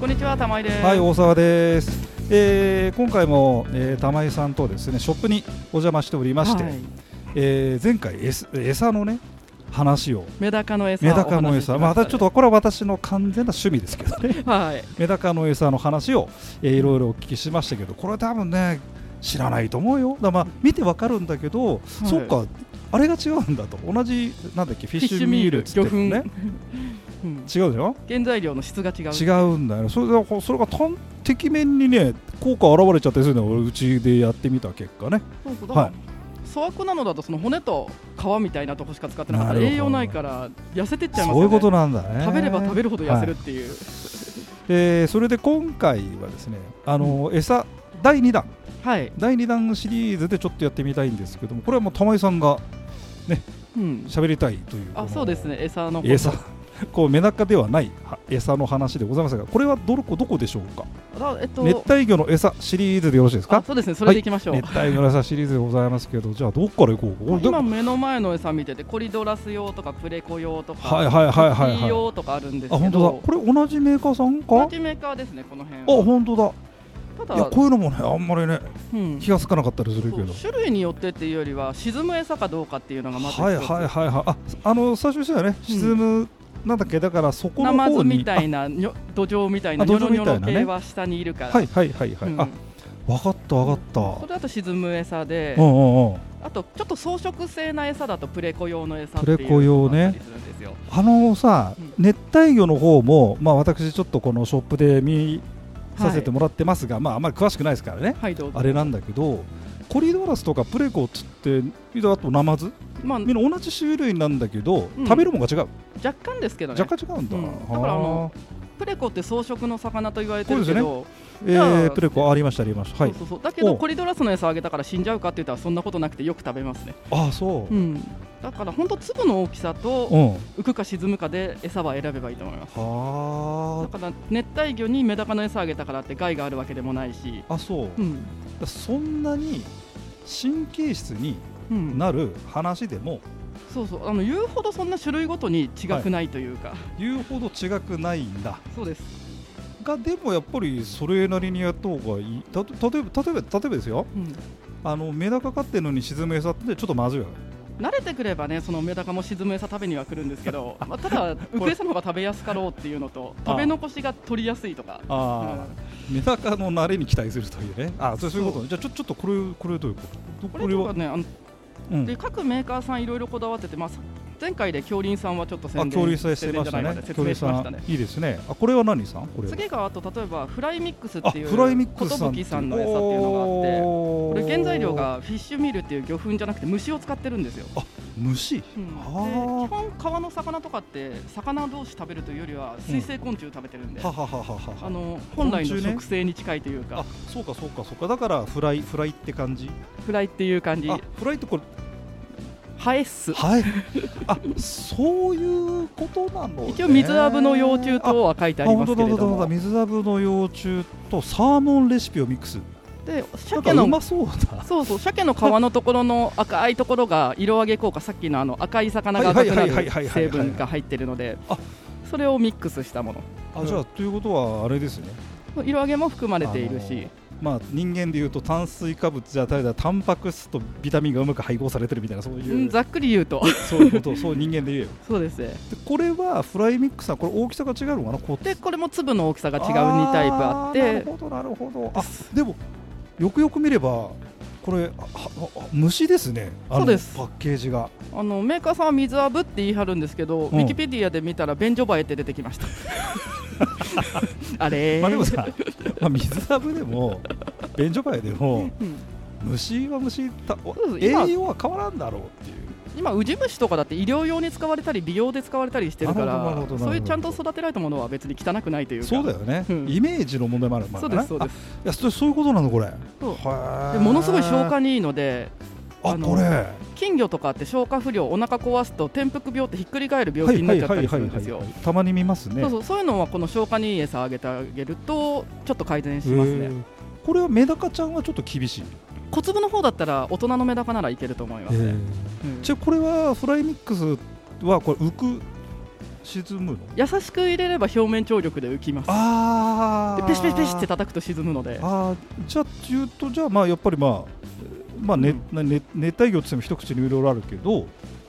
こんにちは、玉井です。 はい、大沢です。今回も、玉井さんとですねショップにお邪魔しておりまして、はい、前回餌のね話をメダカの餌、 またちょっとこれは私の完全な趣味ですけどね、はい、メダカの餌の話を、いろいろお聞きしましたけど、これは多分ね知らないと思うよ。だまあ見てわかるんだけど、はい、そうかあれが違うんだと。同じなんだっけフィッシュミールって言ってもね違うでしょ。 原材料の質が違うんだよ。それがてきめんにね効果現れちゃったりするのをうちでやってみた結果ね。 そうだ、はい、粗悪なのだとその骨と皮みたいなとこしか使ってなかったら栄養ないから痩せてっちゃいますよね。 そういうことなんだね。 食べれば食べるほど痩せるっていう、 はい、それで今回はですね餌第2弾、 はい、 第2弾シリーズでちょっとやってみたいんですけども、これはもう玉井さんがね喋りたいという。 そうですね。餌のこうメダカではない餌の話でございますが、これはどこでしょうか。熱帯魚の餌シリーズでよろしいですか。 そうですね、それでいきましょう。 熱帯魚の餌シリーズでございますけど、じゃあどこから行こう。 今目の前の餌見ててコリドラス用とかプレコ用とかクッキー用とかあるんですけど、 本当だ。これ同じメーカーさんか。 同じメーカーですね、この辺は。 本当だ。いやこういうのもねあんまりね、気がつかなかったりするけど、 種類によってっていうよりは沈む餌かどうかっていうのがまず一つ。 最初にしたよね、沈む、なんだっけ、だからそこの方にナマズみたいな土壌みたいなニョロニョロ系は下にいるから。 分かった分かった。 それだと沈む餌で、あとちょっと装飾性な餌だとプレコ用の餌っていうのがあったりするんですよ。 熱帯魚の方も私ちょっとこのショップで見させてもらってますが、あんまり詳しくないですからね、あれなんだけど、コリドラスとかプレコっつってあとナマズ、みんな同じ種類なんだけど、食べるものが違う。 若干ですけどね。 若干違うんだ。 だからプレコって草食の魚と言われてるけど、 プレコありました。 だけどコリドラスの餌あげたから死んじゃうかって言ったらそんなことなくてよく食べますね。 そう。 だから本当粒の大きさと浮くか沈むかで餌は選べばいいと思います。だから熱帯魚にメダカの餌あげたからって害があるわけでもないし。 そんなに神経質になる話でも、 言うほどそんな種類ごとに違くないというか、 言うほど違くないんだ。 そうですが、でもやっぱりそれなりにやった方がいい。例えばですよ、メダカ飼ってるのに沈む餌ってちょっとまずいよね。 慣れてくればね、そのメダカも沈む餌食べには来るんですけどただ浮く餌の方が食べやすかろうっていうのと食べ残しが取りやすいとか、 メダカの慣れに期待するというね。そういうことね。じゃあちょっとこれどういうこと。 これはね、で各メーカーさんいろいろこだわってて、前回で恐竜さんはちょっと宣伝してましたね。説明しましたね。 いいですね。これは何さん？ 次が例えばフライミックスっていう寿さんの餌っていうのがあって、これ原材料がフィッシュミールっていう魚粉じゃなくて虫を使ってるんですよ。 虫？ で基本川の魚とかって魚同士食べるというよりは水生昆虫食べてるんで、本来の食性に近いというか。 そうか。だからフライって感じ。 フライっていう感じ。 フライってこれ。 ハエっす。 そういうことなのね。 一応水アブの幼虫とは書いてありますけれども、 水アブの幼虫とサーモンレシピをミックスで、鮭のうまそうだ。 鮭の皮のところの赤いところが色上げ効果、さっきの赤い魚が赤くなる成分が入っているので、それをミックスしたもの。 じゃあということはあれですね、 色上げも含まれているし、 人間でいうと炭水化物じゃタンパク質とビタミンがうまく配合されてるみたいな、そういう、 ざっくり言うとそういうこと。そう人間で言えよ。 そうですね。 これはフライミックスはこれ大きさが違うのかな。 でこれも粒の大きさが違う2タイプあって。 なるほど。でもよくよく見ればこれ虫ですね。 そうです。 パッケージがメーカーさんは水アブって言い張るんですけど、ウィキペディアで見たら便所バエって出てきましたあれでもさ、水アブでも便所バエでも、虫は栄養は変わらんだろうっていう。 今ウジ虫とかだって医療用に使われたり美容で使われたりしてるから、そういうちゃんと育てられたものは別に汚くないというか。 そうだよね、イメージの問題もある。 そうです。 そういうことなのこれ。 でものすごい消化にいいので、 これ金魚とかって消化不良、お腹壊すと転覆病ってひっくり返る病気になっちゃったりするんですよ。 たまに見ますね。 そういうのはこの消化にいい餌あげてあげるとちょっと改善しますね。 これはメダカちゃんはちょっと厳しい。 小粒の方だったら大人のメダカならいけると思いますね。 これはフライミックスはこれ浮く沈むの？ 優しく入れれば表面張力で浮きます。でペシペシペシって叩くと沈むので。 じゃあ言うと、じゃあまあやっぱり熱帯魚って言っても一口にいろいろあるけど、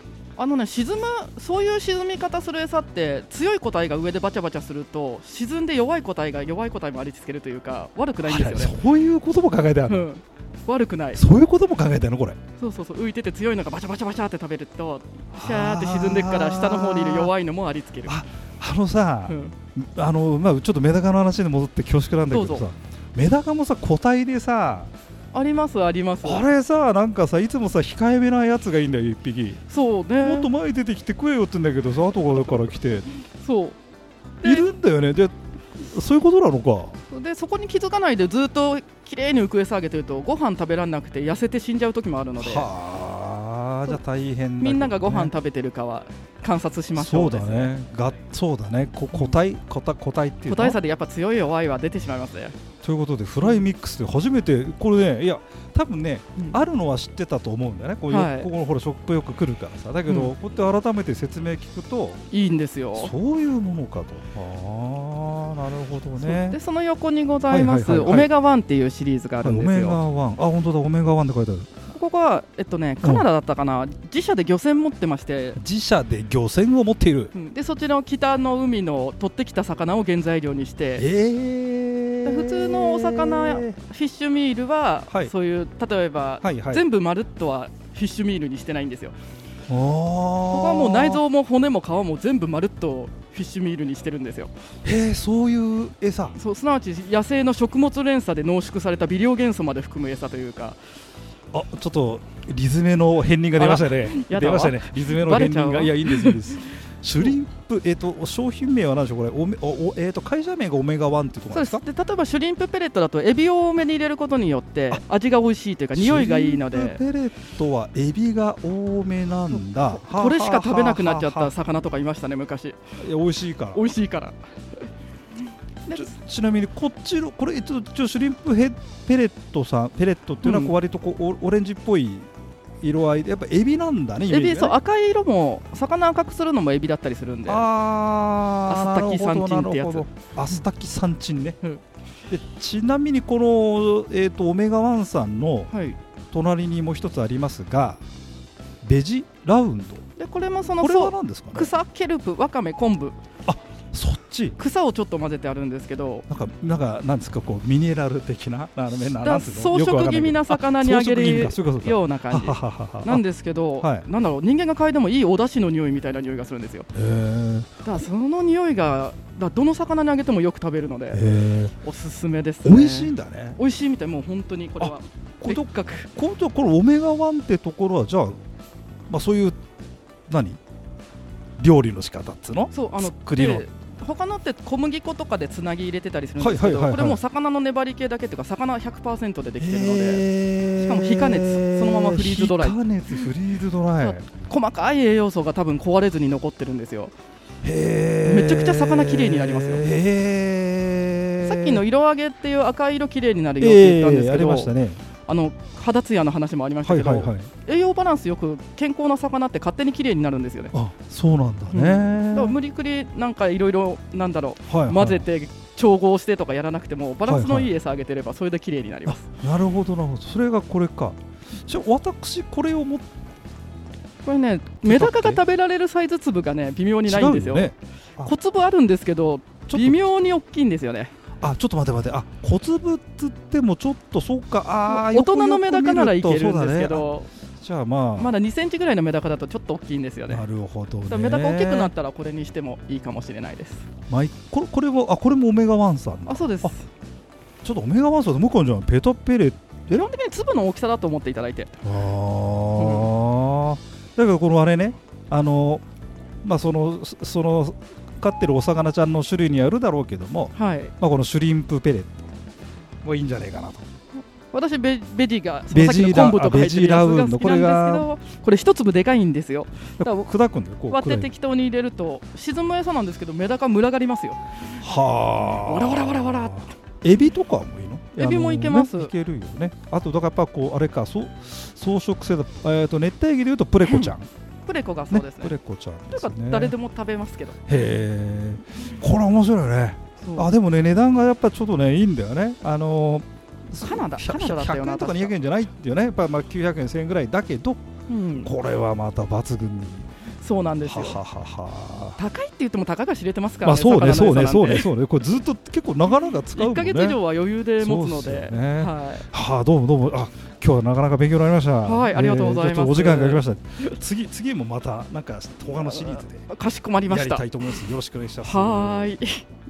そういう沈み方する餌って強い個体が上でバチャバチャすると沈んで弱い個体が弱い個体もありつけるというか悪くないんですよね。 そういうことも考えてある、 悪くない。 そういうことも考えてあるのこれ。 そう浮いてて強いのがバチャバチャバチャって食べるとシャーって沈んでいくから下の方にいる弱いのもありつける。 さ、ちょっとメダカの話に戻って恐縮なんだけどさ、メダカもさ個体でさありますあります。 あれさ、なんかさいつもさ控えめなやつがいいんだよ、一匹。 そうね、 もっと前に出てきて食えよって言うんだけどさ、後から来てそういるんだよね。でそういうことなのか。 でそこに気づかないでずっときれいに浮く餌あげてるとご飯食べられなくて痩せて死んじゃう時もあるので、 じゃあ大変だけどね。 みんながご飯食べてるかは観察しましょうですね。 そうだね、個体っていう個体差でやっぱ強い弱いは出てしまいますね。 ということでフライミックスで初めてこれね、いや多分ね、あるのは知ってたと思うんだよね。ここのほらショップよく来るからさ。だけど、こうやって改めて説明聞くといいんですよ。 そういうものかと。なるほどね。 でその横にございます、オメガ1っていうシリーズがあるんですよ。 オメガ1、本当だ、オメガ1って書いてある。 ここがカナダだったかな、自社で漁船持ってまして。 自社で漁船を持っている。 でそっちの北の海の取ってきた魚を原材料にして、普通のお魚フィッシュミールは、そういう例えば、全部まるっとはフィッシュミールにしてないんですよ。ここはもう内臓も骨も皮も全部まるっとフィッシュミールにしてるんですよ。 そういう餌。 すなわち野生の食物連鎖で濃縮された微量元素まで含む餌というか。 ちょっとリズメの片鱗が出ましたね。出ましたね、リズメの片鱗が。いや、いいんですいいんです。シュリンプ、商品名は何でしょうこれ。会社名がオメガ1ってところですか。 そうです。で例えばシュリンプペレットだとエビを多めに入れることによって味が美味しいというか匂いがいいので。 シュリンプペレットはエビが多めなんだ。 これしか食べなくなっちゃった魚とかいましたね、昔。 いや、美味しいから。 美味しいからちなみにこっちのこれシュリンプペレットっていうのは割とオレンジっぽい色合いで、やっぱエビなんだね。 エビ、赤い色も魚赤くするのもエビだったりするんで。アスタキサンチンってやつ。 アスタキサンチンね。でちなみにこの、オメガ1さんの隣にもう一つありますが、ベジラウンドで、これもこれは何ですかね。 草、ケルプ、ワカメ、昆布。 そっち草をちょっと混ぜてあるんですけど、 なんかなんですか、こうミネラル的な装飾気味な魚にあげるような感じなんですけど、なんだろう、人間が嗅いでもいいお出汁の匂いみたいな匂いがするんですよ。だからその匂いがどの魚にあげてもよく食べるのでおすすめですね。 美味しいんだね。 美味しいみたい。もう本当にこれは別格。 これオメガ1ってところはじゃあ、そういう料理の仕方っつうの。作りの他のって小麦粉とかでつなぎ入れてたりするんですけど、これも魚の粘り系だけというか魚 100% でできてるので、しかも非加熱、そのままフリーズドライ。 非加熱フリーズドライ。 細かい栄養素が多分壊れずに残ってるんですよ。めちゃくちゃ魚きれいになりますよ。さっきの色揚げっていう赤い色きれいになるよって言ったんですけど、肌ツヤの話もありましたけど、栄養バランスよく健康な魚って勝手にきれいになるんですよね。 そうなんだね。 だから無理くりなんかいろいろ混ぜて調合してとかやらなくてもバランスのいい餌あげてればそれできれいになります。 なるほどなるほど。それがこれか。じゃあ私これをこれね、メダカが食べられるサイズ粒がね微妙にないんですよ。小粒あるんですけど微妙に大きいんですよね。 ちょっと待って小粒つってもちょっとそうか。 大人のメダカならいけるんですけど、 じゃあまだ2センチぐらいのメダカだとちょっと大きいんですよね。 なるほどね。 メダカ大きくなったらこれにしてもいいかもしれないです。 これもオメガ1さん。 そうです。 ちょっとオメガ1さん向こうじゃん。ペタペレ基本的に粒の大きさだと思っていただいて。 だからこのあれね、その飼ってるお魚ちゃんの種類にあるだろうけども、このシュリンプペレットもいいんじゃないかなと。 私ベジがさっきの昆布とか入ってるやつが好きなんですけど、これ一粒でかいんですよ。 砕くんだよ。 割って適当に入れると沈む餌なんですけどメダカ群がりますよ。わらわらわらわら。 エビとかもいいの？ エビもいけます。 いけるよね。あとだからやっぱあれか、草食性だ。熱帯魚でいうとプレコちゃん。 プレコがそうですね。 プレコちゃんですね。 誰でも食べますけど。へえ、これ面白いね。でもね値段がやっぱちょっとねいいんだよね。カナダだったよな。100円とか200円じゃないっていうね。やっぱ900円1000円ぐらいだけど、これはまた抜群に。 そうなんですよ。高いって言ってもたかが知れてますからね。 そうね。これずっと結構なかなか使うもんね。 1ヶ月以上は余裕で持つので。 どうも今日はなかなか勉強になりました。 はい、ありがとうございます。 お時間かかりました。次もまたなんか他のシリーズでかしこまりました。 やりたいと思います。よろしくお願いします。 はい。